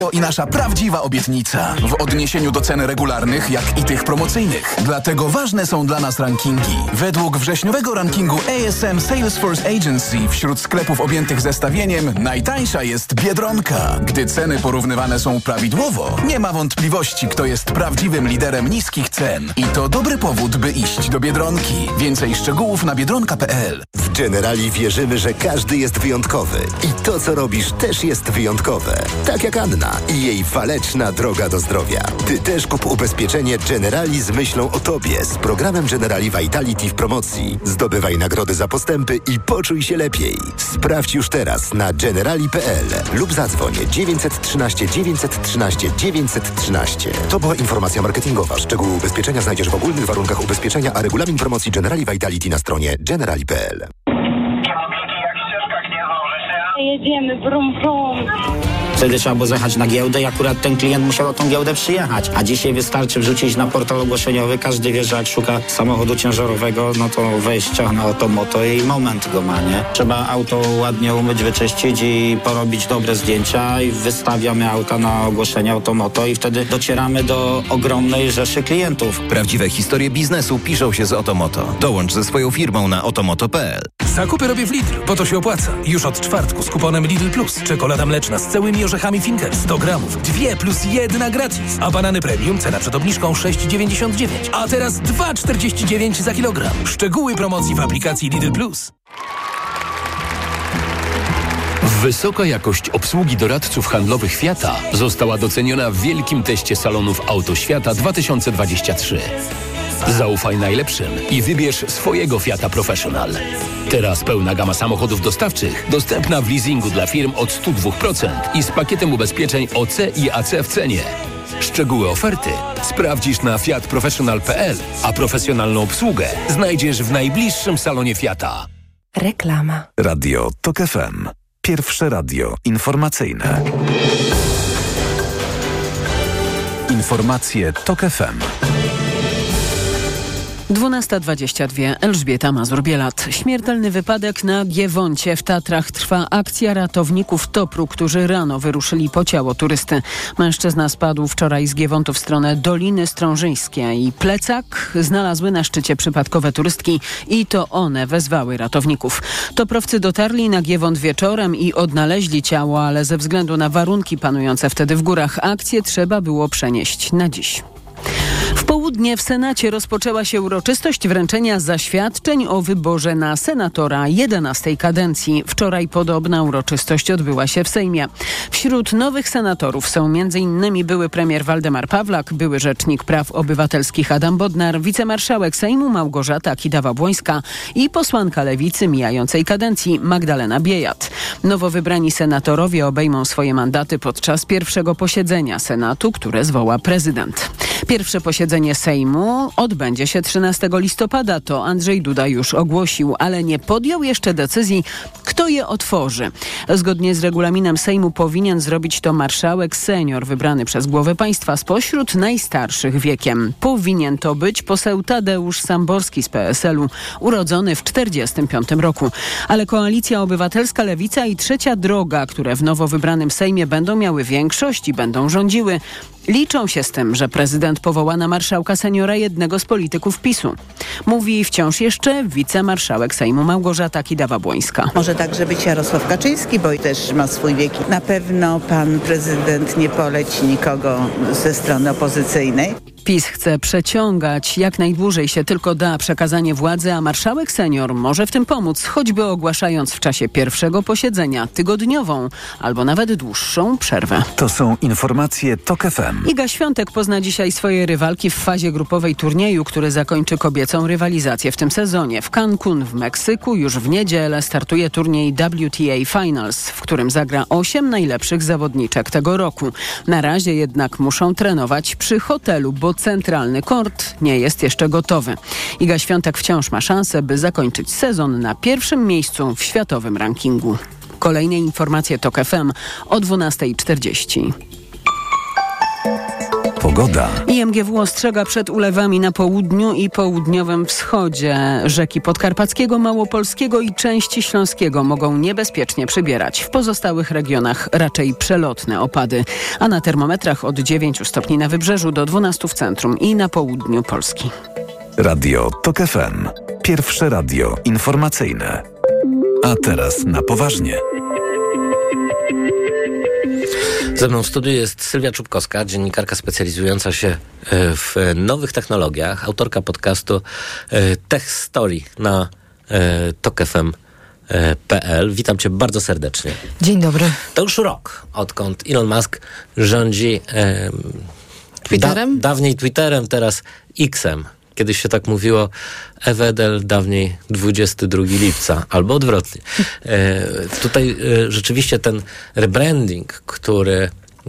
I nasza prawdziwa obietnica w odniesieniu do cen regularnych, jak i tych promocyjnych. Dlatego ważne są dla nas rankingi. Według wrześniowego rankingu ASM Salesforce Agency wśród sklepów objętych zestawieniem najtańsza jest Biedronka. Gdy ceny porównywane są prawidłowo, nie ma wątpliwości, kto jest prawdziwym liderem niskich cen. I to dobry powód, by iść do Biedronki. Więcej szczegółów na biedronka.pl. W Generali wierzymy, że każdy jest wyjątkowy. I to, co robisz, też jest wyjątkowe. Tak jak Anna i jej waleczna droga do zdrowia. Ty też kup ubezpieczenie Generali z myślą o Tobie z programem Generali Vitality w promocji. Zdobywaj nagrody za postępy i poczuj się lepiej. Sprawdź już teraz na generali.pl lub zadzwoń 913 913 913. To była informacja marketingowa. Szczegóły ubezpieczenia znajdziesz w ogólnych warunkach ubezpieczenia, a regulamin promocji Generali Vitality na stronie generali.pl. Jedziemy, brum, brum. Wtedy trzeba było zjechać na giełdę i akurat ten klient musiał na tą giełdę przyjechać. A dzisiaj wystarczy wrzucić na portal ogłoszeniowy. Każdy wie, że jak szuka samochodu ciężarowego, no to wejścia na Otomoto i moment go ma, nie? Trzeba auto ładnie umyć, wyczyścić i porobić dobre zdjęcia i wystawiamy auta na ogłoszenia Otomoto i wtedy docieramy do ogromnej rzeszy klientów. Prawdziwe historie biznesu piszą się z Otomoto. Dołącz ze swoją firmą na otomoto.pl. Zakupy robię w Lidl, bo to się opłaca. Już od czwartku z kuponem Lidl Plus. Czekolada mleczna z całymi orzechami Finger 100 gramów. 2 plus 1 gratis. A banany premium cena przed obniżką 6,99. A teraz 2,49 za kilogram. Szczegóły promocji w aplikacji Lidl Plus. Wysoka jakość obsługi doradców handlowych Fiata została doceniona w wielkim teście salonów Auto Świata 2023. Zaufaj najlepszym i wybierz swojego Fiata Professional. Teraz pełna gama samochodów dostawczych dostępna w leasingu dla firm od 102% i z pakietem ubezpieczeń OC i AC w cenie. Szczegóły oferty sprawdzisz na fiatprofessional.pl, a profesjonalną obsługę znajdziesz w najbliższym salonie Fiata. Reklama. Radio TOK FM. Pierwsze radio informacyjne. Informacje TOK FM. 12:22. Elżbieta Mazur-Bielat. Śmiertelny wypadek na Giewoncie w Tatrach. Trwa akcja ratowników TOPR-u, którzy rano wyruszyli po ciało turysty. Mężczyzna spadł wczoraj z Giewontu w stronę Doliny Strążyńskiej i plecak znalazły na szczycie przypadkowe turystki i to one wezwały ratowników. Toprowcy dotarli na Giewont wieczorem i odnaleźli ciało, ale ze względu na warunki panujące wtedy w górach akcję trzeba było przenieść na dziś. W południe w Senacie rozpoczęła się uroczystość wręczenia zaświadczeń o wyborze na senatora 11. kadencji. Wczoraj podobna uroczystość odbyła się w Sejmie. Wśród nowych senatorów są m.in. były premier Waldemar Pawlak, były rzecznik praw obywatelskich Adam Bodnar, wicemarszałek Sejmu Małgorzata Kidawa-Błońska i posłanka Lewicy mijającej kadencji Magdalena Biejat. Nowo wybrani senatorowie obejmą swoje mandaty podczas pierwszego posiedzenia Senatu, które zwoła prezydent. Pierwsze posiedzenie Sejmu odbędzie się 13 listopada. To Andrzej Duda już ogłosił, ale nie podjął jeszcze decyzji, kto je otworzy. Zgodnie z regulaminem Sejmu powinien zrobić to marszałek senior wybrany przez głowę państwa spośród najstarszych wiekiem. Powinien to być poseł Tadeusz Samborski z PSL-u, urodzony w 1945 roku. Ale Koalicja Obywatelska, Lewica i Trzecia Droga, które w nowo wybranym Sejmie będą miały większość i będą rządziły, liczą się z tym, że prezydent powoła na marszałka seniora jednego z polityków PiS-u. Mówi wciąż jeszcze wicemarszałek Sejmu Małgorzata Kidawa-Błońska. Może także być Jarosław Kaczyński, bo też ma swój wiek. Na pewno pan prezydent nie poleci nikogo ze strony opozycyjnej. PiS chce przeciągać jak najdłużej się tylko da przekazanie władzy, a marszałek senior może w tym pomóc, choćby ogłaszając w czasie pierwszego posiedzenia tygodniową albo nawet dłuższą przerwę. To są informacje TOK FM. Iga Świątek pozna dzisiaj swoje rywalki w fazie grupowej turnieju, który zakończy kobiecą rywalizację w tym sezonie. W Cancun w Meksyku już w niedzielę startuje turniej WTA Finals, w którym zagra 8 najlepszych zawodniczek tego roku. Na razie jednak muszą trenować przy hotelu, bo centralny kort nie jest jeszcze gotowy. Iga Świątek wciąż ma szansę, by zakończyć sezon na pierwszym miejscu w światowym rankingu. Kolejne informacje TOK FM o 12:40. Pogoda. IMGW ostrzega przed ulewami na południu i południowym wschodzie. Rzeki Podkarpackiego, Małopolskiego i części Śląskiego mogą niebezpiecznie przybierać. W pozostałych regionach raczej przelotne opady. A na termometrach od 9 stopni na wybrzeżu do 12 w centrum i na południu Polski. Radio TOK FM. Pierwsze radio informacyjne. A teraz na poważnie. Ze mną w studiu jest Sylwia Czubkowska, dziennikarka specjalizująca się w nowych technologiach, autorka podcastu Tech Story na tokfm.pl. Witam Cię bardzo serdecznie. Dzień dobry. To już rok, odkąd Elon Musk rządzi Twitterem? Dawniej Twitterem, teraz X-em. Kiedyś się tak mówiło Ewedel, dawniej 22 lipca, albo odwrotnie. Tutaj rzeczywiście ten rebranding, który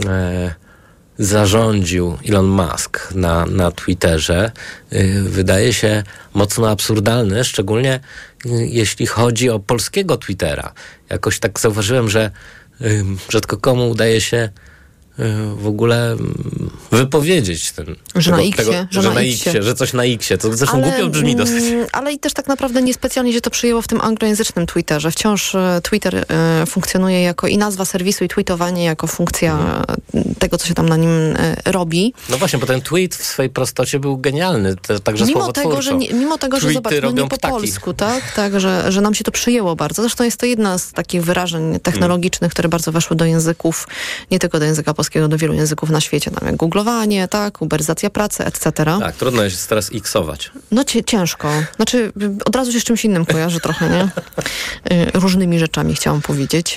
zarządził Elon Musk na Twitterze, wydaje się mocno absurdalny, szczególnie jeśli chodzi o polskiego Twittera. Jakoś tak zauważyłem, że rzadko komu udaje się w ogóle wypowiedzieć że na X-ie, że coś na X-ie. To zresztą głupio brzmi dosyć. Ale i też tak naprawdę niespecjalnie się to przyjęło w tym anglojęzycznym Twitterze. Wciąż Twitter funkcjonuje jako i nazwa serwisu, i tweetowanie jako funkcja tego, co się tam na nim robi. No właśnie, bo ten tweet w swojej prostocie był genialny, także słowotwórczo. Mimo tego, że zobacz, nie po polsku, tak, że nam się to przyjęło bardzo. Zresztą jest to jedna z takich wyrażeń technologicznych, które bardzo weszły do języków, nie tylko do języka polskiego, do wielu języków na świecie, tam jak googlowanie, tak, uberyzacja pracy, etc. Tak, trudno jest teraz x-ować. No ciężko. Znaczy, od razu się z czymś innym kojarzy trochę, nie? Różnymi rzeczami chciałam powiedzieć.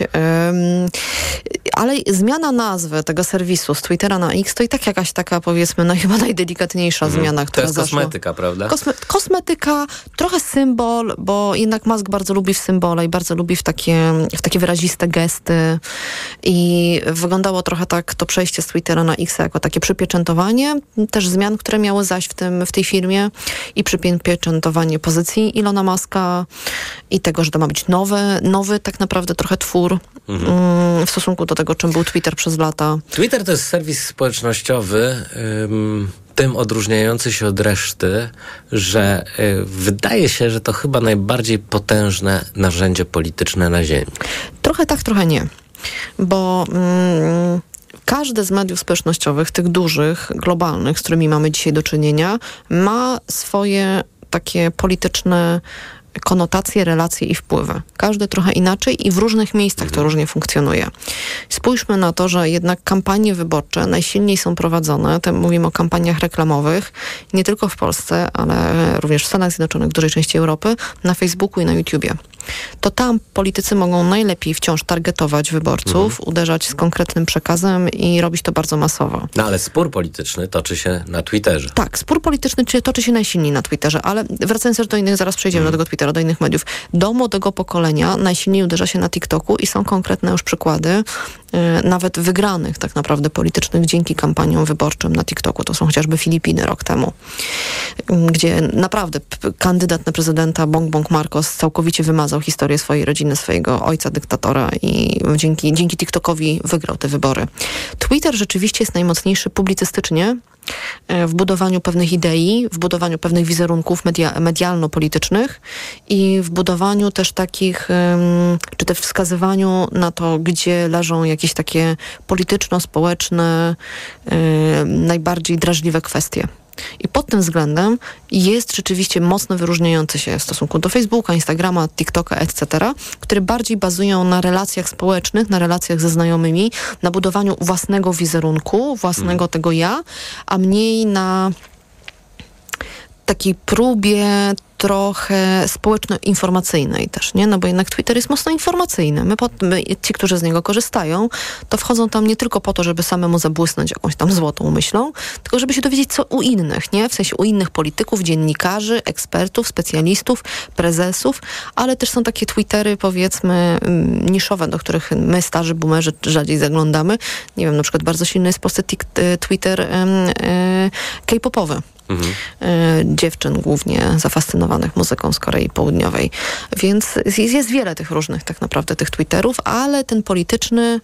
Ale zmiana nazwy tego serwisu z Twittera na X to i tak jakaś taka, powiedzmy, chyba najdelikatniejsza zmiana, która zaszła. To jest kosmetyka, prawda? Kosmetyka, trochę symbol, bo jednak Musk bardzo lubi w symbole i bardzo lubi w takie wyraziste gesty i wyglądało trochę tak to przejście z Twittera na X jako takie przypieczętowanie też zmian, które miały zaś w tej firmie i przypieczętowanie pozycji Elona Muska i tego, że to ma być nowy tak naprawdę trochę twór w stosunku do tego, czym był Twitter przez lata. Twitter to jest serwis społecznościowy, tym odróżniający się od reszty, że wydaje się, że to chyba najbardziej potężne narzędzie polityczne na ziemi. Trochę tak, trochę nie. Bo każde z mediów społecznościowych, tych dużych, globalnych, z którymi mamy dzisiaj do czynienia, ma swoje takie polityczne konotacje, relacje i wpływy. Każdy trochę inaczej i w różnych miejscach to różnie funkcjonuje. Spójrzmy na to, że jednak kampanie wyborcze najsilniej są prowadzone, mówimy o kampaniach reklamowych, nie tylko w Polsce, ale również w Stanach Zjednoczonych, w dużej części Europy, na Facebooku i na YouTubie. To tam politycy mogą najlepiej wciąż targetować wyborców, uderzać z konkretnym przekazem i robić to bardzo masowo. No ale spór polityczny toczy się na Twitterze. Tak, spór polityczny toczy się najsilniej na Twitterze, ale wracając też do innych, zaraz przejdziemy do tego Twittera, do innych mediów. Do młodego pokolenia najsilniej uderza się na TikToku i są konkretne już przykłady nawet wygranych tak naprawdę politycznych dzięki kampaniom wyborczym na TikToku. To są chociażby Filipiny rok temu, gdzie naprawdę kandydat na prezydenta Bong Bong Marcos całkowicie wymazał historię swojej rodziny, swojego ojca dyktatora i dzięki TikTokowi wygrał te wybory. Twitter rzeczywiście jest najmocniejszy publicystycznie w budowaniu pewnych idei, w budowaniu pewnych wizerunków medialno-politycznych i w budowaniu też takich, czy też wskazywaniu na to, gdzie leżą jakieś takie polityczno-społeczne, najbardziej drażliwe kwestie. I pod tym względem jest rzeczywiście mocno wyróżniający się w stosunku do Facebooka, Instagrama, TikToka, etc., które bardziej bazują na relacjach społecznych, na relacjach ze znajomymi, na budowaniu własnego wizerunku, własnego tego ja, a mniej na takiej próbie trochę społeczno-informacyjnej też, nie? No bo jednak Twitter jest mocno informacyjny. Ci, którzy z niego korzystają, to wchodzą tam nie tylko po to, żeby samemu zabłysnąć jakąś tam złotą myślą, tylko żeby się dowiedzieć, co u innych, nie? W sensie u innych polityków, dziennikarzy, ekspertów, specjalistów, prezesów, ale też są takie Twittery, powiedzmy, niszowe, do których my, starzy boomerzy, rzadziej zaglądamy. Nie wiem, na przykład bardzo silny jest w Polsce Twitter K-popowy. Dziewczyn głównie zafascynowanych muzyką z Korei Południowej. Więc jest wiele tych różnych tak naprawdę tych Twitterów, ale ten polityczny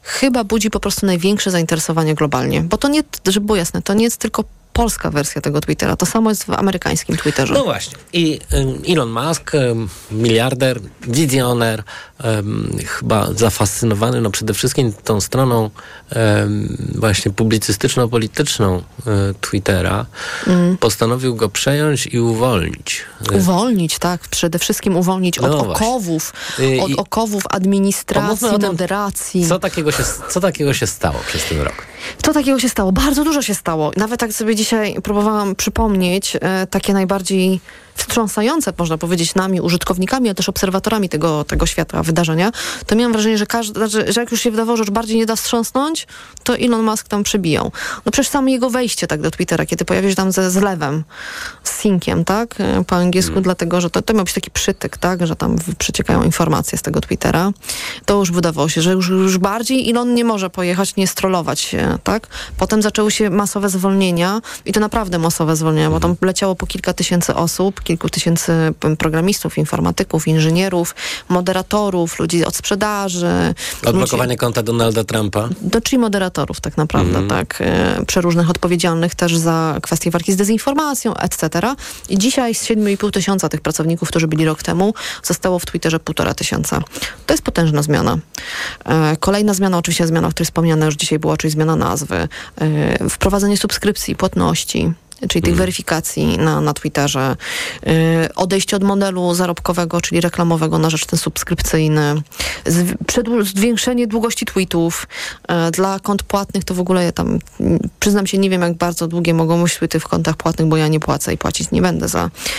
chyba budzi po prostu największe zainteresowanie globalnie. Bo to nie, żeby było jasne, to nie jest tylko polska wersja tego Twittera. To samo jest w amerykańskim Twitterze. No właśnie. I Elon Musk, miliarder, wizjoner, chyba zafascynowany przede wszystkim tą stroną właśnie publicystyczno-polityczną Twittera, postanowił go przejąć i uwolnić. Uwolnić, tak. Przede wszystkim uwolnić od okowów, od okowów administracji, moderacji. Co takiego się stało przez ten rok? Co takiego się stało? Bardzo dużo się stało. Nawet tak sobie dzisiaj próbowałam przypomnieć takie najbardziej wstrząsające, można powiedzieć, nami, użytkownikami, ale też obserwatorami tego świata, wydarzenia, to miałam wrażenie, że jak już się wydawało, że już bardziej nie da wstrząsnąć, to Elon Musk tam przebijał. No przecież samo jego wejście tak do Twittera, kiedy pojawił się tam ze zlewem, z synkiem, tak? Po angielsku, dlatego, że to miał być taki przytyk, tak? Że tam przeciekają informacje z tego Twittera. To już wydawało się, że już bardziej Elon nie może pojechać, nie strollować, tak? Potem zaczęły się masowe zwolnienia i to naprawdę masowe zwolnienia, bo tam leciało po kilka tysięcy osób, kilku tysięcy programistów, informatyków, inżynierów, moderatorów, ludzi od sprzedaży. Odblokowanie konta Donalda Trumpa. Czyli moderatorów tak naprawdę, tak. Przeróżnych odpowiedzialnych też za kwestie walki z dezinformacją, etc. I dzisiaj z 7,5 tysiąca tych pracowników, którzy byli rok temu, zostało w Twitterze 1,5 tysiąca. To jest potężna zmiana. Kolejna zmiana, oczywiście zmiana, o której wspomniana już dzisiaj była, czyli zmiana nazwy. Wprowadzenie subskrypcji, płatności, czyli tych weryfikacji na Twitterze, odejście od modelu zarobkowego, czyli reklamowego na rzecz ten subskrypcyjny, zwiększenie długości tweetów. Dla kont płatnych to w ogóle ja tam, przyznam się, nie wiem, jak bardzo długie mogą być tweety w kontach płatnych, bo ja nie płacę i płacić nie będę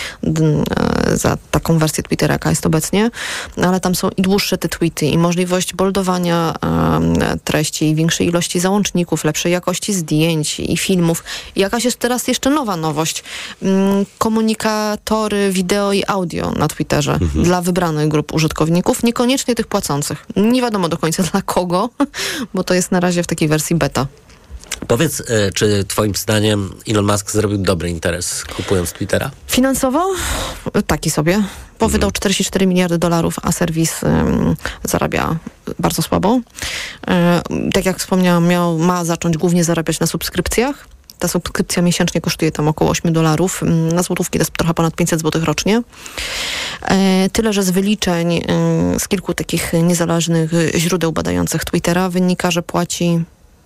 za taką wersję Twittera, jaka jest obecnie, ale tam są i dłuższe te tweety, i możliwość boldowania treści, i większej ilości załączników, lepszej jakości zdjęć i filmów. I jakaś jest teraz jeszcze nowa nowość. Komunikatory wideo i audio na Twitterze dla wybranych grup użytkowników, niekoniecznie tych płacących. Nie wiadomo do końca dla kogo, bo to jest na razie w takiej wersji beta. Powiedz, czy twoim zdaniem Elon Musk zrobił dobry interes kupując Twittera? Finansowo? Taki sobie. Bo wydał $44 miliardy, a serwis zarabia bardzo słabo. Tak jak wspomniałam, ma zacząć głównie zarabiać na subskrypcjach. Ta subskrypcja miesięcznie kosztuje tam około $8. Na złotówki to jest trochę ponad 500 zł rocznie. Tyle, że z wyliczeń z kilku takich niezależnych źródeł badających Twittera wynika, że płaci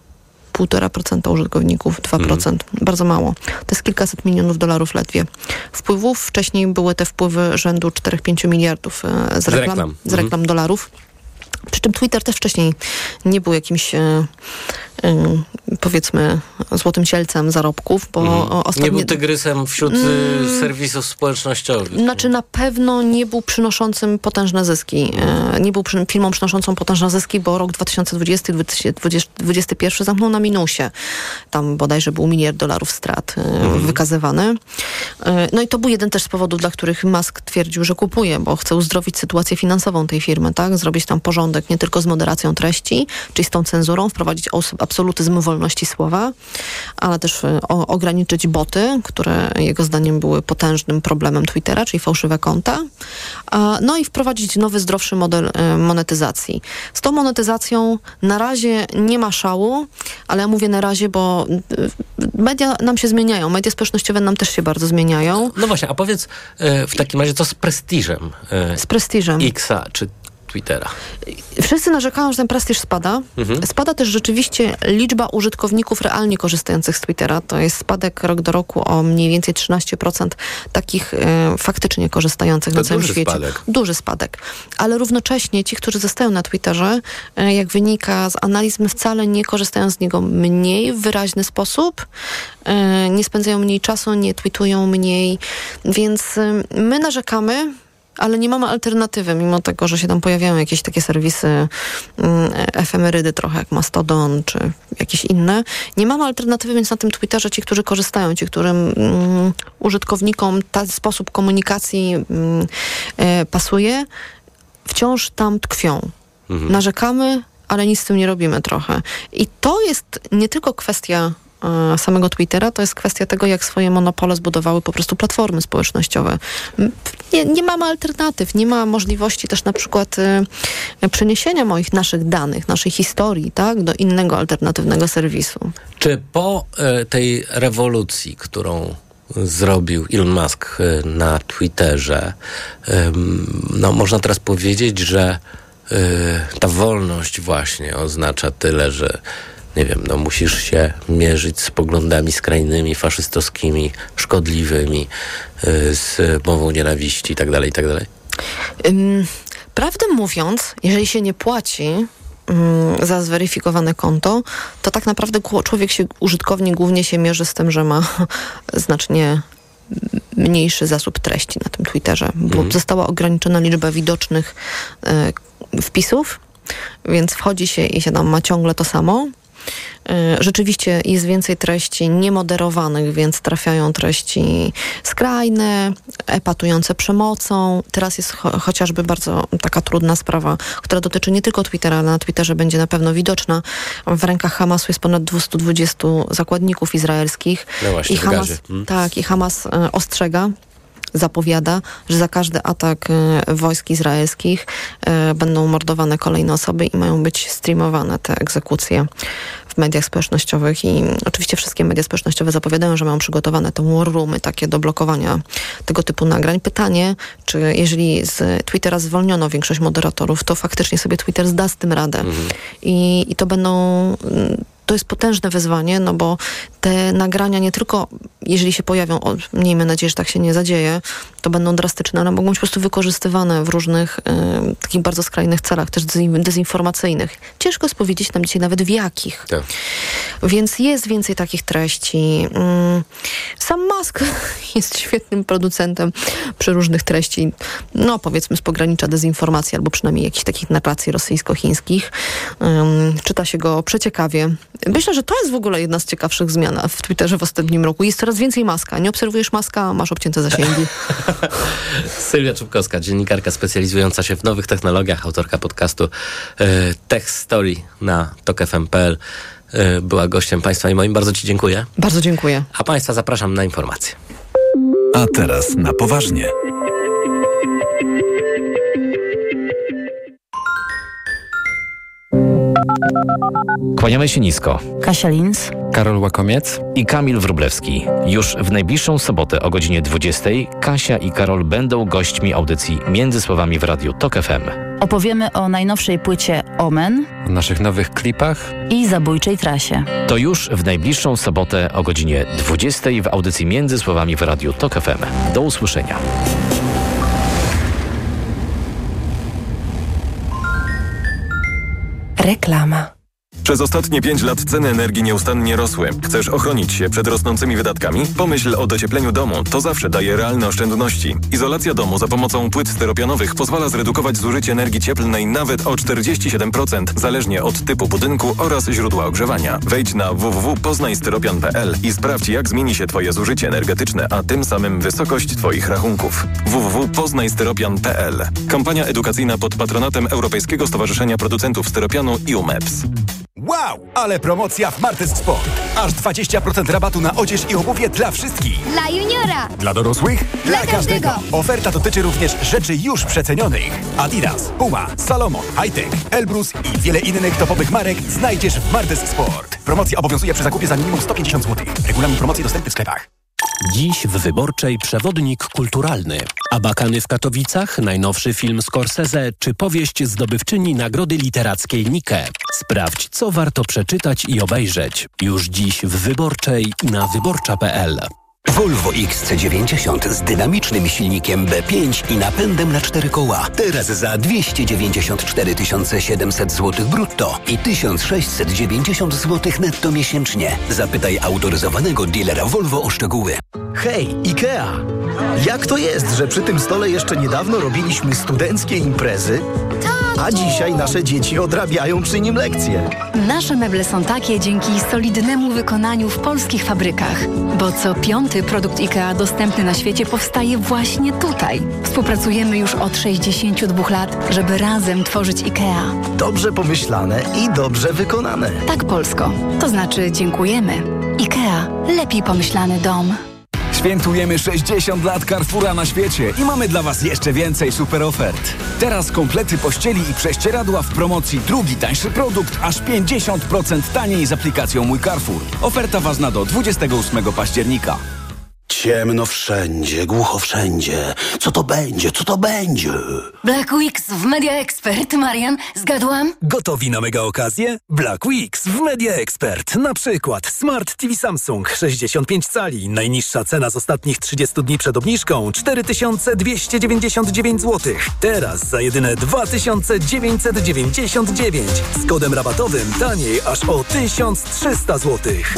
1,5% użytkowników, 2%. Bardzo mało. To jest kilkaset milionów dolarów ledwie. Wpływów wcześniej były te wpływy rzędu 4-5 miliardów z reklam dolarów. Przy czym Twitter też wcześniej nie był jakimś powiedzmy złotym cielcem zarobków, bo ostatnio... Nie był tygrysem wśród serwisów społecznościowych. Znaczy na pewno nie był przynoszącym potężne zyski. Nie był firmą przynoszącą potężne zyski, bo rok 2020-2021 zamknął na minusie. Tam bodajże był $1 miliard strat wykazywany. No i to był jeden też z powodów, dla których Musk twierdził, że kupuje, bo chce uzdrowić sytuację finansową tej firmy, tak? Zrobić tam porządek nie tylko z moderacją treści, czyli z tą cenzurą, wprowadzić absolutyzm wolności słowa, ale też ograniczyć boty, które jego zdaniem były potężnym problemem Twittera, czyli fałszywe konta. No i wprowadzić nowy, zdrowszy model monetyzacji. Z tą monetyzacją na razie nie ma szału, ale ja mówię na razie, bo media nam się zmieniają. Media społecznościowe nam też się bardzo zmieniają. No właśnie, a powiedz w takim razie, co z prestiżem? Z prestiżem. Xa czy Twittera. Wszyscy narzekają, że ten prestiż spada. Spada też rzeczywiście liczba użytkowników realnie korzystających z Twittera. To jest spadek rok do roku o mniej więcej 13% takich faktycznie korzystających na całym świecie. Duży spadek. Ale równocześnie ci, którzy zostają na Twitterze, jak wynika z analiz, wcale nie korzystają z niego mniej w wyraźny sposób. Nie spędzają mniej czasu, nie tweetują mniej. Więc my narzekamy, ale nie mamy alternatywy, mimo tego, że się tam pojawiają jakieś takie serwisy efemerydy trochę, jak Mastodon, czy jakieś inne. Nie mamy alternatywy, więc na tym Twitterze ci, którzy korzystają, ci, którym użytkownikom ten sposób komunikacji pasuje, wciąż tam tkwią. Narzekamy, ale nic z tym nie robimy trochę. I to jest nie tylko kwestia samego Twittera, to jest kwestia tego, jak swoje monopole zbudowały po prostu platformy społecznościowe. Nie mamy alternatyw, nie ma możliwości też na przykład przeniesienia naszych danych, naszej historii, tak, do innego alternatywnego serwisu. Czy po tej rewolucji, którą zrobił Elon Musk na Twitterze, można teraz powiedzieć, że ta wolność właśnie oznacza tyle, że nie wiem, musisz się mierzyć z poglądami skrajnymi, faszystowskimi, szkodliwymi, z mową nienawiści itd., itd.? Prawdę mówiąc, jeżeli się nie płaci za zweryfikowane konto, to tak naprawdę użytkownik głównie się mierzy z tym, że ma znacznie mniejszy zasób treści na tym Twitterze, bo została ograniczona liczba widocznych wpisów, więc wchodzi się i się tam ma ciągle to samo. Rzeczywiście jest więcej treści niemoderowanych, więc trafiają treści skrajne, epatujące przemocą. Teraz jest chociażby bardzo taka trudna sprawa, która dotyczy nie tylko Twittera, ale na Twitterze będzie na pewno widoczna. W rękach Hamasu jest ponad 220 zakładników izraelskich. No właśnie, i Hamas ostrzega, zapowiada, że za każdy atak wojsk izraelskich będą mordowane kolejne osoby i mają być streamowane te egzekucje w mediach społecznościowych i oczywiście wszystkie media społecznościowe zapowiadają, że mają przygotowane te war roomy takie do blokowania tego typu nagrań. Pytanie, czy jeżeli z Twittera zwolniono większość moderatorów, to faktycznie sobie Twitter zda z tym radę. I to jest potężne wyzwanie, bo te nagrania nie tylko, jeżeli się pojawią, miejmy nadzieję, że tak się nie zadzieje, to będą drastyczne, one mogą być po prostu wykorzystywane w różnych takich bardzo skrajnych celach, też dezinformacyjnych. Ciężko jest powiedzieć nam dzisiaj nawet w jakich. Tak. Więc jest więcej takich treści. Sam Musk jest świetnym producentem przeróżnych treści, powiedzmy z pogranicza dezinformacji, albo przynajmniej jakichś takich narracji rosyjsko-chińskich. Czyta się go przeciekawie. Myślę, że to jest w ogóle jedna z ciekawszych zmian w Twitterze w ostatnim roku. Jest coraz więcej Muska. Nie obserwujesz Muska, masz obcięte zasięgi. Sylwia Czubkowska, dziennikarka specjalizująca się w nowych technologiach, autorka podcastu Tech Story na tokfm.pl, była gościem Państwa i moim. Bardzo Ci dziękuję. Bardzo dziękuję. A Państwa zapraszam na informacje. A teraz na poważnie. Kłaniamy się nisko. Kasia Linz, Karol Łakomiec i Kamil Wróblewski. Już w najbliższą sobotę o godzinie 20 Kasia i Karol będą gośćmi audycji Między Słowami w Radiu TOK FM. Opowiemy o najnowszej płycie Omen, o naszych nowych klipach i zabójczej trasie. To już w najbliższą sobotę o godzinie 20 w audycji Między Słowami w Radiu TOK FM. Do usłyszenia. Reklama. Przez ostatnie 5 lat ceny energii nieustannie rosły. Chcesz ochronić się przed rosnącymi wydatkami? Pomyśl o dociepleniu domu. To zawsze daje realne oszczędności. Izolacja domu za pomocą płyt styropianowych pozwala zredukować zużycie energii cieplnej nawet o 47%, zależnie od typu budynku oraz źródła ogrzewania. Wejdź na www.poznajstyropian.pl i sprawdź, jak zmieni się Twoje zużycie energetyczne, a tym samym wysokość Twoich rachunków. www.poznajstyropian.pl. Kampania edukacyjna pod patronatem Europejskiego Stowarzyszenia Producentów Styropianu i UMEPS. Wow, ale promocja w Martes Sport. Aż 20% rabatu na odzież i obuwie dla wszystkich. Dla juniora. Dla dorosłych? Dla każdego. Oferta dotyczy również rzeczy już przecenionych. Adidas, Puma, Salomon, Hightech, Elbrus i wiele innych topowych marek znajdziesz w Martes Sport. Promocja obowiązuje przy zakupie za minimum 150 zł. Regulamin promocji dostępny w sklepach. Dziś w Wyborczej przewodnik kulturalny. Abakany w Katowicach, najnowszy film Scorsese czy powieść zdobywczyni Nagrody Literackiej Nike. Sprawdź, co warto przeczytać i obejrzeć. Już dziś w Wyborczej i na wyborcza.pl. Volvo XC90 z dynamicznym silnikiem B5 i napędem na 4 koła. Teraz za 294 700 zł brutto i 1690 zł netto miesięcznie. Zapytaj autoryzowanego dealera Volvo o szczegóły. Hej, IKEA! Jak to jest, że przy tym stole jeszcze niedawno robiliśmy studenckie imprezy, a dzisiaj nasze dzieci odrabiają przy nim lekcje? Nasze meble są takie dzięki solidnemu wykonaniu w polskich fabrykach, bo co 5. produkt IKEA dostępny na świecie powstaje właśnie tutaj. Współpracujemy już od 62 lat, żeby razem tworzyć IKEA. Dobrze pomyślane i dobrze wykonane. Tak, Polsko. To znaczy dziękujemy. IKEA. IKEA. Lepiej pomyślany dom. Świętujemy 60 lat Carrefoura na świecie i mamy dla Was jeszcze więcej super ofert. Teraz komplety pościeli i prześcieradła w promocji. Drugi tańszy produkt aż 50% taniej z aplikacją Mój Carrefour. Oferta ważna do 28 października. Ciemno wszędzie, głucho wszędzie. Co to będzie? Co to będzie? Black Weeks w Media Expert. Marian, zgadłam? Gotowi na mega okazję? Black Weeks w Media Expert. Na przykład Smart TV Samsung 65 cali. Najniższa cena z ostatnich 30 dni przed obniżką 4299 zł. Teraz za jedyne 2999. Z kodem rabatowym taniej aż o 1300 zł.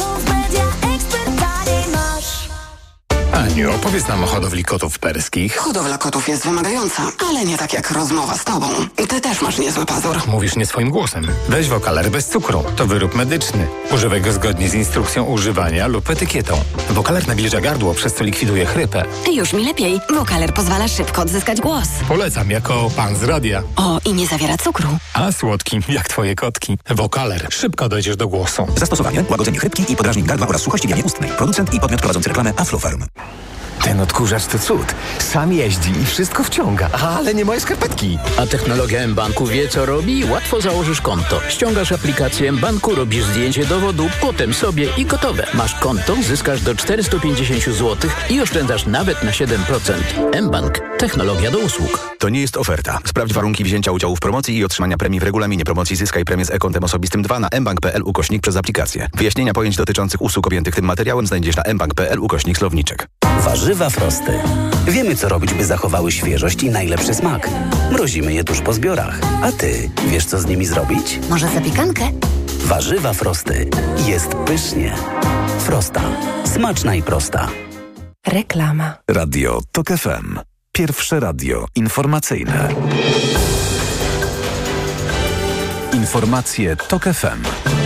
Aniu, opowiedz nam o hodowli kotów perskich. Hodowla kotów jest wymagająca, ale nie tak jak rozmowa z tobą. Ty też masz niezły pazur. Mówisz nie swoim głosem. Weź Wokaler bez cukru. To wyrób medyczny. Używaj go zgodnie z instrukcją używania lub etykietą. Wokaler nawilża gardło, przez co likwiduje chrypę. Już mi lepiej. Wokaler pozwala szybko odzyskać głos. Polecam jako pan z radia. O, i nie zawiera cukru. A słodki, jak twoje kotki. Wokaler. Szybko dojdziesz do głosu. Zastosowanie: łagodzenie chrypki i podrażnień gardła oraz suchości w jamie ustnej. Producent i podmiot prowadzący reklamę Aflofarm. Ten odkurzacz to cud. Sam jeździ i wszystko wciąga. Ale nie moje skarpetki. A technologia mBanku wie, co robi? Łatwo założysz konto. Ściągasz aplikację mBanku, robisz zdjęcie dowodu, potem sobie i gotowe. Masz konto, zyskasz do 450 zł i oszczędzasz nawet na 7%. mBank. Technologia do usług. To nie jest oferta. Sprawdź warunki wzięcia udziału w promocji i otrzymania premii w regulaminie promocji Zyskaj premię z e-kontem osobistym 2 na mbank.pl przez aplikację. Wyjaśnienia pojęć dotyczących usług objętych tym materiałem znajdziesz na mbank.pl/słowniczek. Warzywa Frosty. Wiemy, co robić, by zachowały świeżość i najlepszy smak. Mrozimy je tuż po zbiorach. A ty wiesz, co z nimi zrobić? Może zapiekankę? Warzywa Frosty. Jest pysznie. Frosta. Smaczna i prosta. Reklama. Radio TOK FM. Pierwsze radio informacyjne. Informacje TOK FM.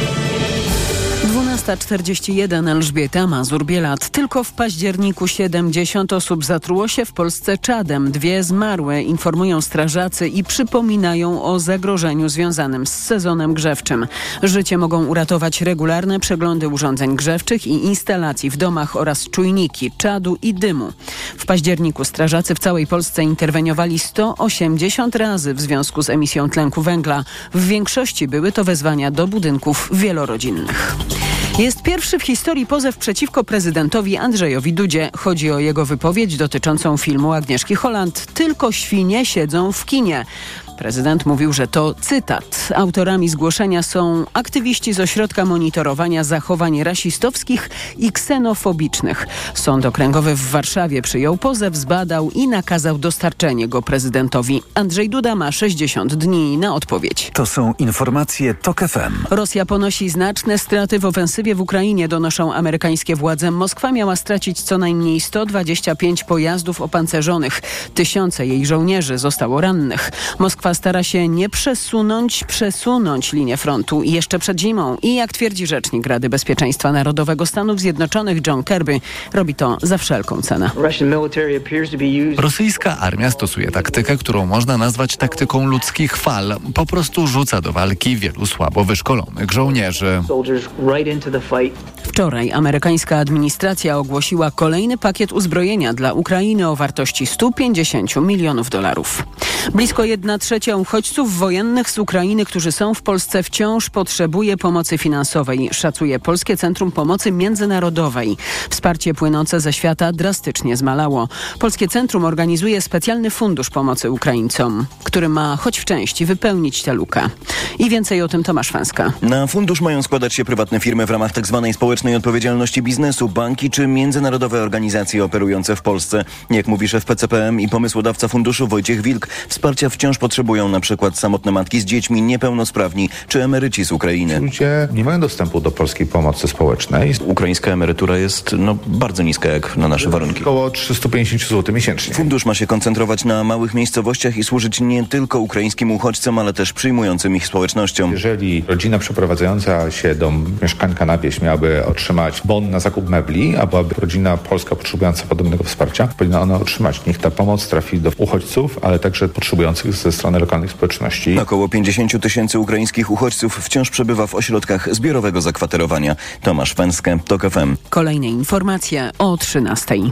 12:41. Elżbieta Mazur-Bielat. Tylko w październiku 70 osób zatruło się w Polsce czadem. 2 zmarły, informują strażacy i przypominają o zagrożeniu związanym z sezonem grzewczym. Życie mogą uratować regularne przeglądy urządzeń grzewczych i instalacji w domach oraz czujniki czadu i dymu. W październiku strażacy w całej Polsce interweniowali 180 razy w związku z emisją tlenku węgla. W większości były to wezwania do budynków wielorodzinnych. Jest pierwszy w historii pozew przeciwko prezydentowi Andrzejowi Dudzie. Chodzi o jego wypowiedź dotyczącą filmu Agnieszki Holland „Tylko świnie siedzą w kinie”. Prezydent mówił, że to cytat. Autorami zgłoszenia są aktywiści z Ośrodka Monitorowania Zachowań Rasistowskich i Ksenofobicznych. Sąd Okręgowy w Warszawie przyjął pozew, zbadał i nakazał dostarczenie go prezydentowi. Andrzej Duda ma 60 dni na odpowiedź. To są informacje TOK FM. Rosja ponosi znaczne straty w ofensywie w Ukrainie, donoszą amerykańskie władze. Moskwa miała stracić co najmniej 125 pojazdów opancerzonych. Tysiące jej żołnierzy zostało rannych. Moskwa stara się nie przesunąć linię frontu jeszcze przed zimą i, jak twierdzi rzecznik Rady Bezpieczeństwa Narodowego Stanów Zjednoczonych John Kirby, robi to za wszelką cenę. Rosyjska armia stosuje taktykę, którą można nazwać taktyką ludzkich fal. Po prostu rzuca do walki wielu słabo wyszkolonych żołnierzy. Wczoraj amerykańska administracja ogłosiła kolejny pakiet uzbrojenia dla Ukrainy o wartości $150 milionów. Blisko 1/3 uchodźców wojennych z Ukrainy, którzy są w Polsce, wciąż potrzebuje pomocy finansowej, szacuje Polskie Centrum Pomocy Międzynarodowej. Wsparcie płynące ze świata drastycznie zmalało. Polskie Centrum organizuje specjalny fundusz pomocy Ukraińcom, który ma choć w części wypełnić tę lukę. I więcej o tym Tomasz Fęska. Na fundusz mają składać się prywatne firmy w ramach tzw. społecznej odpowiedzialności biznesu, banki czy międzynarodowe organizacje operujące w Polsce. Jak mówi szef PCPM i pomysłodawca funduszu Wojciech Wilk, wsparcia wciąż potrzebują na przykład samotne matki z dziećmi, niepełnosprawni czy emeryci z Ukrainy. Ludzie nie mają dostępu do polskiej pomocy społecznej. Ukraińska emerytura jest bardzo niska jak na nasze warunki. Około 350 zł miesięcznie. Fundusz ma się koncentrować na małych miejscowościach i służyć nie tylko ukraińskim uchodźcom, ale też przyjmującym ich społecznościom. Jeżeli rodzina przeprowadzająca się do mieszkanka na wieś miałaby otrzymać bon na zakup mebli, a byłaby rodzina polska potrzebująca podobnego wsparcia, powinna ona otrzymać. Niech ta pomoc trafi do uchodźców, ale także potrzebujących ze strony lokalnych społeczności. Około 50 000 ukraińskich uchodźców wciąż przebywa w ośrodkach zbiorowego zakwaterowania. Tomasz Węskę, TOK FM. Kolejne informacje o 13:00.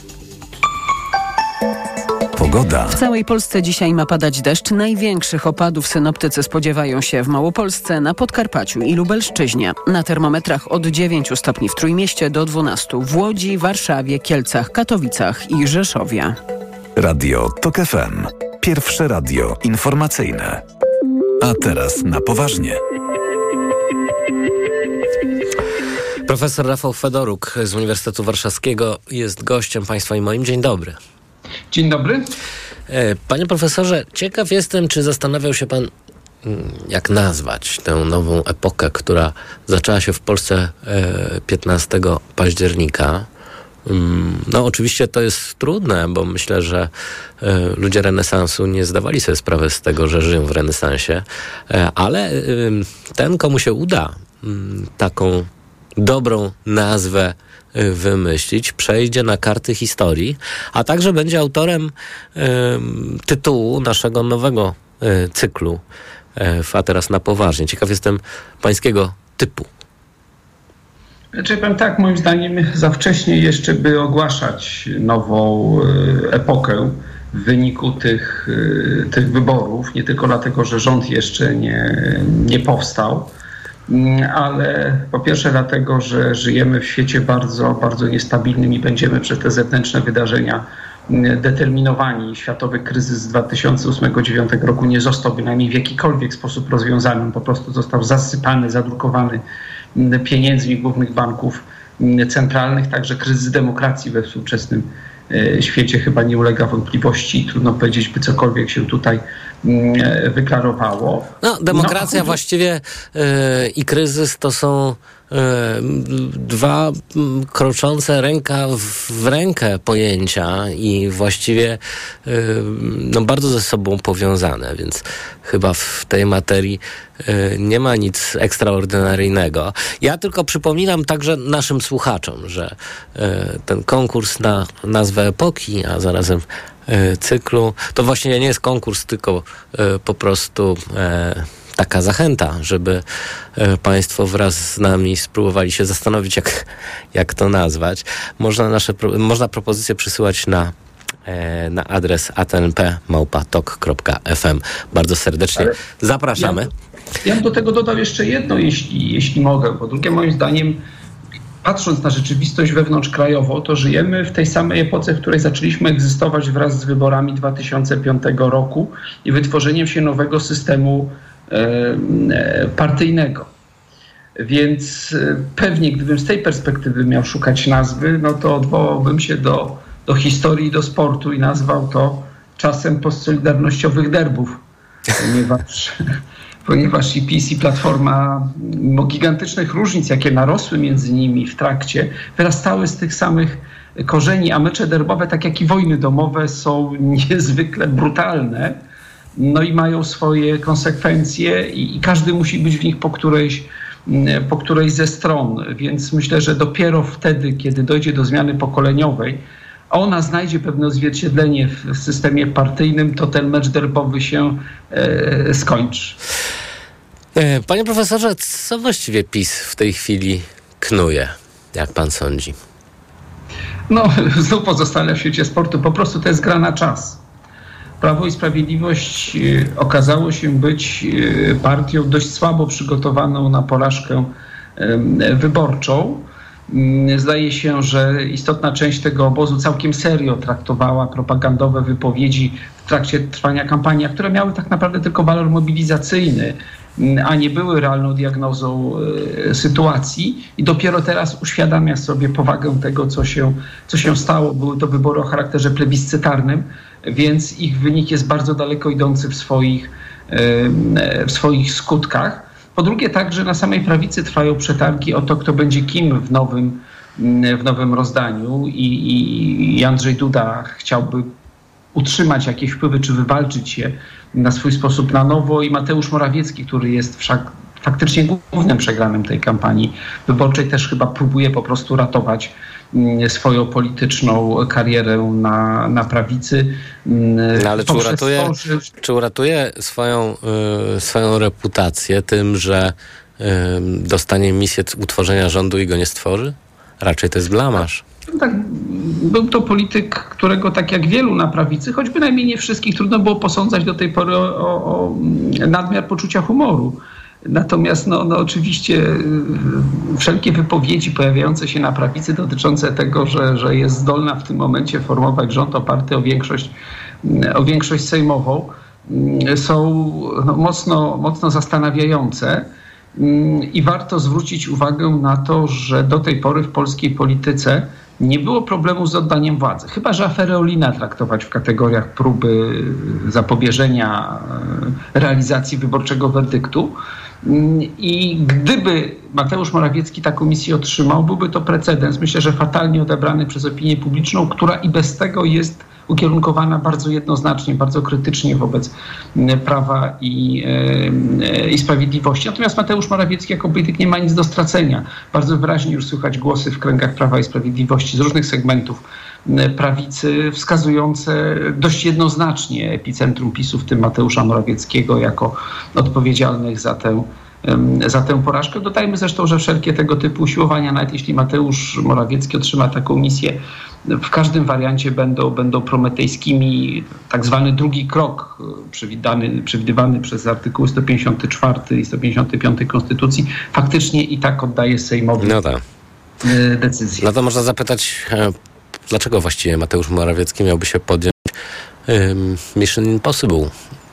Pogoda. W całej Polsce dzisiaj ma padać deszcz. Największych opadów synoptycy spodziewają się w Małopolsce, na Podkarpaciu i Lubelszczyźnie. Na termometrach od 9 stopni w Trójmieście do 12 w Łodzi, Warszawie, Kielcach, Katowicach i Rzeszowie. Radio TOK FM. Pierwsze radio informacyjne. A teraz na poważnie. Profesor Rafał Fedoruk z Uniwersytetu Warszawskiego jest gościem Państwa i moim. Dzień dobry. Dzień dobry. Panie profesorze, ciekaw jestem, czy zastanawiał się pan, jak nazwać tę nową epokę, która zaczęła się w Polsce 15 października. No oczywiście to jest trudne, bo myślę, że ludzie renesansu nie zdawali sobie sprawy z tego, że żyją w renesansie, ale ten, komu się uda taką dobrą nazwę wymyślić, przejdzie na karty historii, a także będzie autorem tytułu naszego nowego cyklu A teraz na poważnie. Ciekaw jestem pańskiego typu. Znaczy, powiem tak, moim zdaniem za wcześnie jeszcze, by ogłaszać nową epokę w wyniku tych wyborów. Nie tylko dlatego, że rząd jeszcze nie powstał, ale po pierwsze dlatego, że żyjemy w świecie bardzo, bardzo niestabilnym i będziemy przez te zewnętrzne wydarzenia determinowani. Światowy kryzys z 2008-2009 roku nie został bynajmniej w jakikolwiek sposób rozwiązany. Po prostu został zasypany, zadrukowany pieniędzmi głównych banków centralnych. Także kryzys demokracji we współczesnym świecie chyba nie ulega wątpliwości. Trudno powiedzieć, by cokolwiek się tutaj wyklarowało. No, demokracja właściwie i kryzys to są dwa kroczące ręka w rękę pojęcia i właściwie bardzo ze sobą powiązane, więc chyba w tej materii nie ma nic ekstraordynaryjnego. Ja tylko przypominam także naszym słuchaczom, że ten konkurs na nazwę epoki, a zarazem cyklu, to właśnie nie jest konkurs, tylko po prostu taka zachęta, żeby Państwo wraz z nami spróbowali się zastanowić, jak to nazwać. Można propozycje przysyłać na adres atnp@tok.fm. Bardzo serdecznie zapraszamy. Ja bym do tego dodał jeszcze jedno, jeśli mogę. Po drugie, moim zdaniem, patrząc na rzeczywistość wewnątrzkrajową, to żyjemy w tej samej epoce, w której zaczęliśmy egzystować wraz z wyborami 2005 roku i wytworzeniem się nowego systemu partyjnego. Więc pewnie, gdybym z tej perspektywy miał szukać nazwy, no to odwołałbym się do historii i do sportu i nazwał to czasem postsolidarnościowych derbów, ponieważ i PiS, i Platforma, mimo gigantycznych różnic, jakie narosły między nimi w trakcie, wyrastały z tych samych korzeni, a mecze derbowe, tak jak i wojny domowe, są niezwykle brutalne, no i mają swoje konsekwencje i każdy musi być w nich po którejś ze stron, więc myślę, że dopiero wtedy, kiedy dojdzie do zmiany pokoleniowej, a ona znajdzie pewne odzwierciedlenie w systemie partyjnym, to ten mecz derbowy się skończy. Panie profesorze, co właściwie PiS w tej chwili knuje, jak pan sądzi? No, znów pozostanę w świecie sportu. Po prostu to jest gra na czas. Prawo i Sprawiedliwość okazało się być partią dość słabo przygotowaną na porażkę wyborczą. Zdaje się, że istotna część tego obozu całkiem serio traktowała propagandowe wypowiedzi w trakcie trwania kampanii, które miały tak naprawdę tylko walor mobilizacyjny, a nie były realną diagnozą sytuacji i dopiero teraz uświadamia sobie powagę tego, co się stało. Były to wybory o charakterze plebiscytarnym, więc ich wynik jest bardzo daleko idący w swoich skutkach. Po drugie, także na samej prawicy trwają przetargi o to, kto będzie kim w nowym rozdaniu i Andrzej Duda chciałby utrzymać jakieś wpływy czy wywalczyć je na swój sposób na nowo i Mateusz Morawiecki, który jest wszak faktycznie głównym przegranym tej kampanii wyborczej, też chyba próbuje po prostu ratować swoją polityczną karierę na prawicy. No, ale czy uratuje swoją reputację tym, że dostanie misję utworzenia rządu i go nie stworzy? Raczej to jest blamaż. Tak, był to polityk, którego tak jak wielu na prawicy, choć bynajmniej nie wszystkich, trudno było posądzać do tej pory o nadmiar poczucia humoru. Natomiast oczywiście wszelkie wypowiedzi pojawiające się na prawicy dotyczące tego, że jest zdolna w tym momencie formować rząd oparty o większość sejmową, są mocno zastanawiające. I warto zwrócić uwagę na to, że do tej pory w polskiej polityce nie było problemu z oddaniem władzy. Chyba że aferę Olina traktować w kategoriach próby zapobieżenia realizacji wyborczego werdyktu. I gdyby Mateusz Morawiecki taką misję otrzymał, byłby to precedens, myślę, że fatalnie odebrany przez opinię publiczną, która i bez tego jest ukierunkowana bardzo jednoznacznie, bardzo krytycznie wobec Prawa i Sprawiedliwości. Natomiast Mateusz Morawiecki jako polityk nie ma nic do stracenia. Bardzo wyraźnie już słychać głosy w kręgach Prawa i Sprawiedliwości z różnych segmentów prawicy wskazujące dość jednoznacznie epicentrum PiS-u, w tym Mateusza Morawieckiego, jako odpowiedzialnych za tę porażkę. Dodajmy zresztą, że wszelkie tego typu usiłowania, nawet jeśli Mateusz Morawiecki otrzyma taką misję, w każdym wariancie będą prometejskimi. Tak zwany drugi krok przewidywany przez artykuły 154 i 155 Konstytucji faktycznie i tak oddaje Sejmowi decyzję. No to można zapytać, dlaczego właściwie Mateusz Morawiecki miałby się podjąć Mission Impossible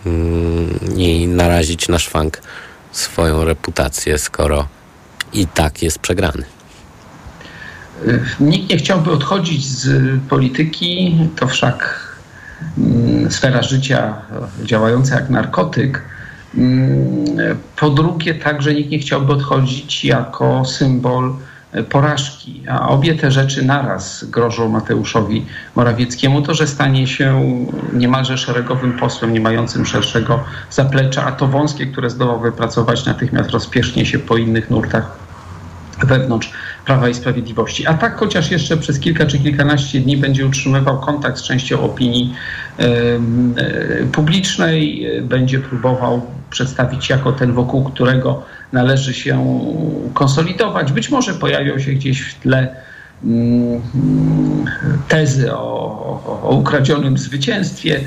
i narazić na szwank swoją reputację, skoro i tak jest przegrany. Nikt nie chciałby odchodzić z polityki, to wszak sfera życia działająca jak narkotyk. Po drugie, także nikt nie chciałby odchodzić jako symbol porażki, a obie te rzeczy naraz grożą Mateuszowi Morawieckiemu. To, że stanie się niemalże szeregowym posłem, nie mającym szerszego zaplecza, a to wąskie, które zdołał wypracować, natychmiast rozpierzchnie się po innych nurtach wewnątrz Prawa i Sprawiedliwości. A tak chociaż jeszcze przez kilka czy kilkanaście dni będzie utrzymywał kontakt z częścią opinii publicznej, będzie próbował przedstawić jako ten, wokół którego należy się konsolidować. Być może pojawią się gdzieś w tle tezy o ukradzionym zwycięstwie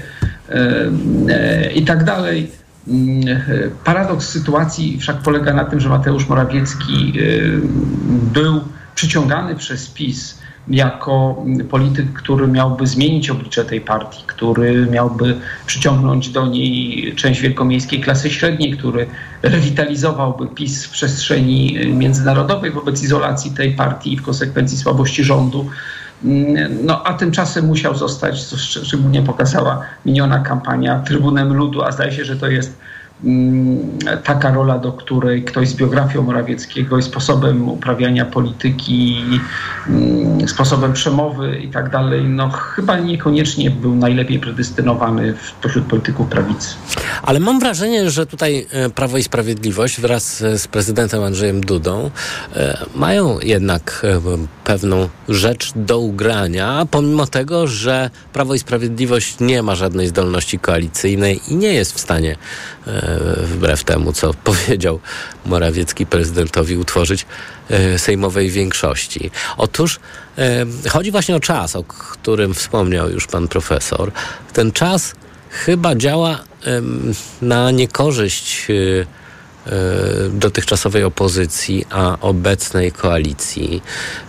i tak dalej. Paradoks sytuacji wszak polega na tym, że Mateusz Morawiecki był przyciągany przez PiS jako polityk, który miałby zmienić oblicze tej partii, który miałby przyciągnąć do niej część wielkomiejskiej klasy średniej, który rewitalizowałby PiS w przestrzeni międzynarodowej wobec izolacji tej partii i w konsekwencji słabości rządu. A tymczasem musiał zostać, co szczególnie pokazała miniona kampania, trybunem ludu, a zdaje się, że to jest taka rola, do której ktoś z biografią Morawieckiego i sposobem uprawiania polityki, sposobem przemowy i tak dalej, chyba niekoniecznie był najlepiej predystynowany pośród polityków prawicy. Ale mam wrażenie, że tutaj Prawo i Sprawiedliwość wraz z prezydentem Andrzejem Dudą mają jednak pewną rzecz do ugrania, pomimo tego, że Prawo i Sprawiedliwość nie ma żadnej zdolności koalicyjnej i nie jest w stanie, wbrew temu, co powiedział Morawiecki prezydentowi, utworzyć sejmowej większości. Otóż chodzi właśnie o czas, o którym wspomniał już pan profesor. Ten czas chyba działa na niekorzyść dotychczasowej opozycji, a obecnej koalicji.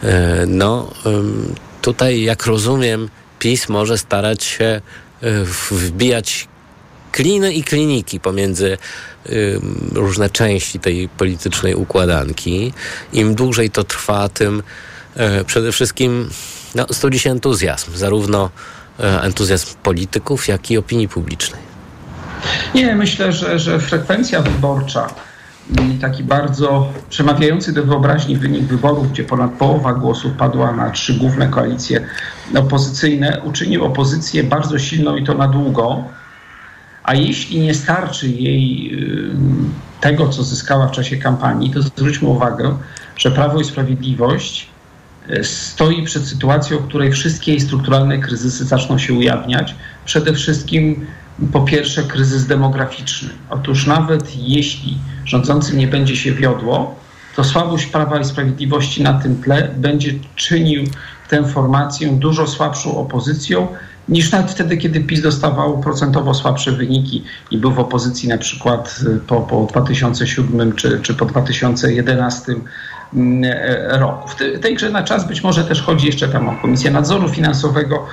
Tutaj, jak rozumiem, PiS może starać się wbijać kliny i kliniki pomiędzy różne części tej politycznej układanki. Im dłużej to trwa, tym przede wszystkim studzi się entuzjazm, zarówno entuzjazm polityków, jak i opinii publicznej. Nie, myślę, że frekwencja wyborcza, taki bardzo przemawiający do wyobraźni wynik wyborów, gdzie ponad połowa głosów padła na 3 główne koalicje opozycyjne, uczynił opozycję bardzo silną i to na długo. A jeśli nie starczy jej tego, co zyskała w czasie kampanii, to zwróćmy uwagę, że Prawo i Sprawiedliwość stoi przed sytuacją, w której wszystkie jej strukturalne kryzysy zaczną się ujawniać. Przede wszystkim po pierwsze kryzys demograficzny. Otóż nawet jeśli rządzącym nie będzie się wiodło, to słabość Prawa i Sprawiedliwości na tym tle będzie czynił tę formację dużo słabszą opozycją niż nawet wtedy, kiedy PiS dostawał procentowo słabsze wyniki i był w opozycji na przykład po 2007 czy po 2011 roku. W tej grze na czas być może też chodzi jeszcze tam o Komisję Nadzoru Finansowego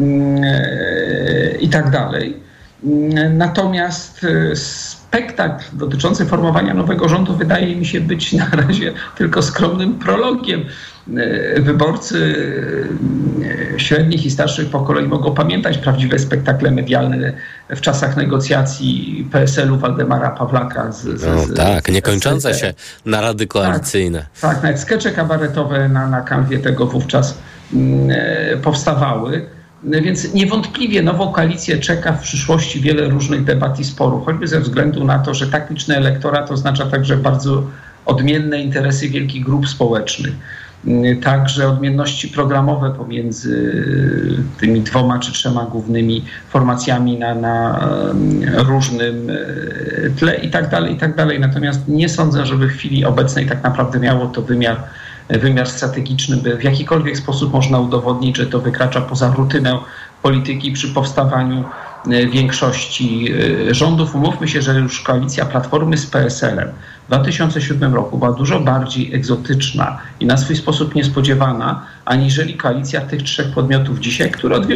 i tak dalej. Natomiast spektakl dotyczący formowania nowego rządu wydaje mi się być na razie tylko skromnym prologiem. Wyborcy średnich i starszych pokoleń mogą pamiętać prawdziwe spektakle medialne w czasach negocjacji PSL-u Waldemara Pawlaka niekończące się narady koalicyjne. Tak, nawet skecze kabaretowe na kanwie tego wówczas powstawały. Więc niewątpliwie nową koalicję czeka w przyszłości wiele różnych debat i sporów, choćby ze względu na to, że tak liczny elektorat oznacza także bardzo odmienne interesy wielkich grup społecznych. Także odmienności programowe pomiędzy tymi 2 czy 3 głównymi formacjami na różnym tle i tak dalej. Natomiast nie sądzę, żeby w chwili obecnej tak naprawdę miało to wymiar strategiczny, by w jakikolwiek sposób można udowodnić, że to wykracza poza rutynę polityki przy powstawaniu większości rządów. Umówmy się, że już koalicja Platformy z PSL-em w 2007 roku była dużo bardziej egzotyczna i na swój sposób niespodziewana, aniżeli koalicja tych 3 podmiotów dzisiaj, które od wielu